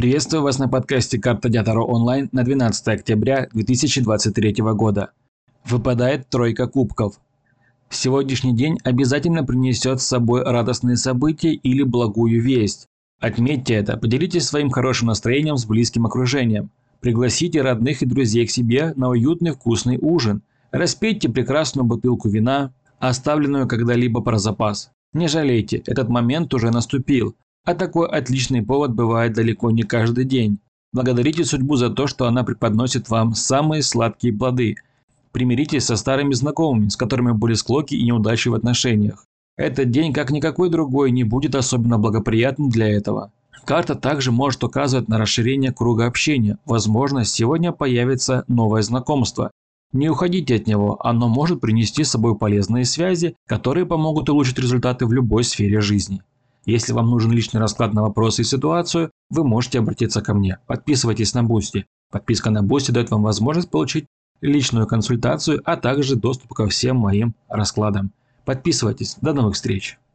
Приветствую вас на подкасте «Карта Дня Таро онлайн» на 12 октября 2023 года. Выпадает тройка кубков. Сегодняшний день обязательно принесет с собой радостные события или благую весть. Отметьте это, поделитесь своим хорошим настроением с близким окружением. Пригласите родных и друзей к себе на уютный вкусный ужин. Распейте прекрасную бутылку вина, оставленную когда-либо про запас. Не жалейте, этот момент уже наступил. А такой отличный повод бывает далеко не каждый день. Благодарите судьбу за то, что она преподносит вам самые сладкие плоды. Примиритесь со старыми знакомыми, с которыми были склоки и неудачи в отношениях. Этот день, как никакой другой, не будет особенно благоприятным для этого. Карта также может указывать на расширение круга общения. Возможно, сегодня появится новое знакомство. Не уходите от него, оно может принести с собой полезные связи, которые помогут улучшить результаты в любой сфере жизни. Если вам нужен личный расклад на вопросы и ситуацию, вы можете обратиться ко мне. Подписывайтесь на Boosty. Подписка на Boosty дает вам возможность получить личную консультацию, а также доступ ко всем моим раскладам. Подписывайтесь. До новых встреч!